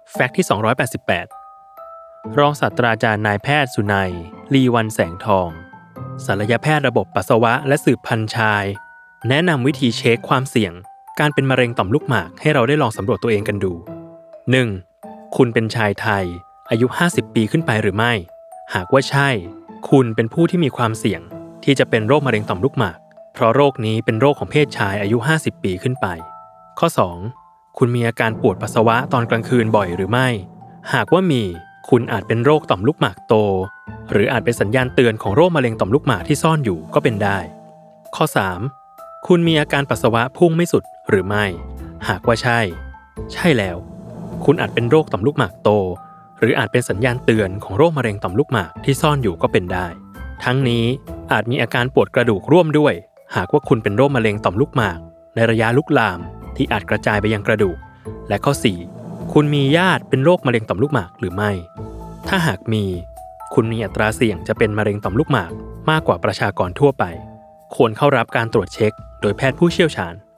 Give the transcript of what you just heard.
แฟกต์ที่288รองศาสตราจารย์นายแพทย์สุนัยท์ลีวันแสงทองศัลยแพทย์ระบบปัสสาวะและสืบพันธุ์ชายแนะนำวิธีเช็คความเสี่ยงการเป็นมะเร็งต่อมลูกหมากให้เราได้ลองสำรวจตัวเองกันดู 1. คุณเป็นชายไทยอายุ50ปีขึ้นไปหรือไม่หากว่าใช่คุณเป็นผู้ที่มีความเสี่ยงที่จะเป็นโรคมะเร็งต่อมลูกหมากเพราะโรคนี้เป็นโรคของเพศชายอายุ50ปีขึ้นไปข้อ2คุณมีอาการปวดปัสสาวะตอนกลางคืนบ่อยหรือไม่หากว่ามีคุณอาจเป็นโรคต่อมลูกหมากโตหรืออาจเป็นสัญญาณเตือนของโรคมะเร็งต่อมลูกหมากที่ซ่อนอยู่ก็เป็นได้ข้อ3คุณมีอาการปัสสาวะพุ่งไม่สุดหรือไม่หากว่าใช่แล้วคุณอาจเป็นโรคต่อมลูกหมากโตหรืออาจเป็นสัญญาณเตือนของโรคมะเร็งต่อมลูกหมากที่ซ่อนอยู่ก็เป็นได้ทั้งนี้อาจมีอาการปวดกระดูกร่วมด้วยหากว่าคุณเป็นโรคมะเร็งต่อมลูกหมากในระยะลุกลามที่อาจกระจายไปยังกระดูกและข้อ4คุณมีญาติเป็นโรคมะเร็งต่อมลูกหมากหรือไม่ถ้าหากมีคุณมีอัตราเสี่ยงจะเป็นมะเร็งต่อมลูกหมากมากกว่าประชากรทั่วไปควรเข้ารับการตรวจเช็คโดยแพทย์ผู้เชี่ยวชาญ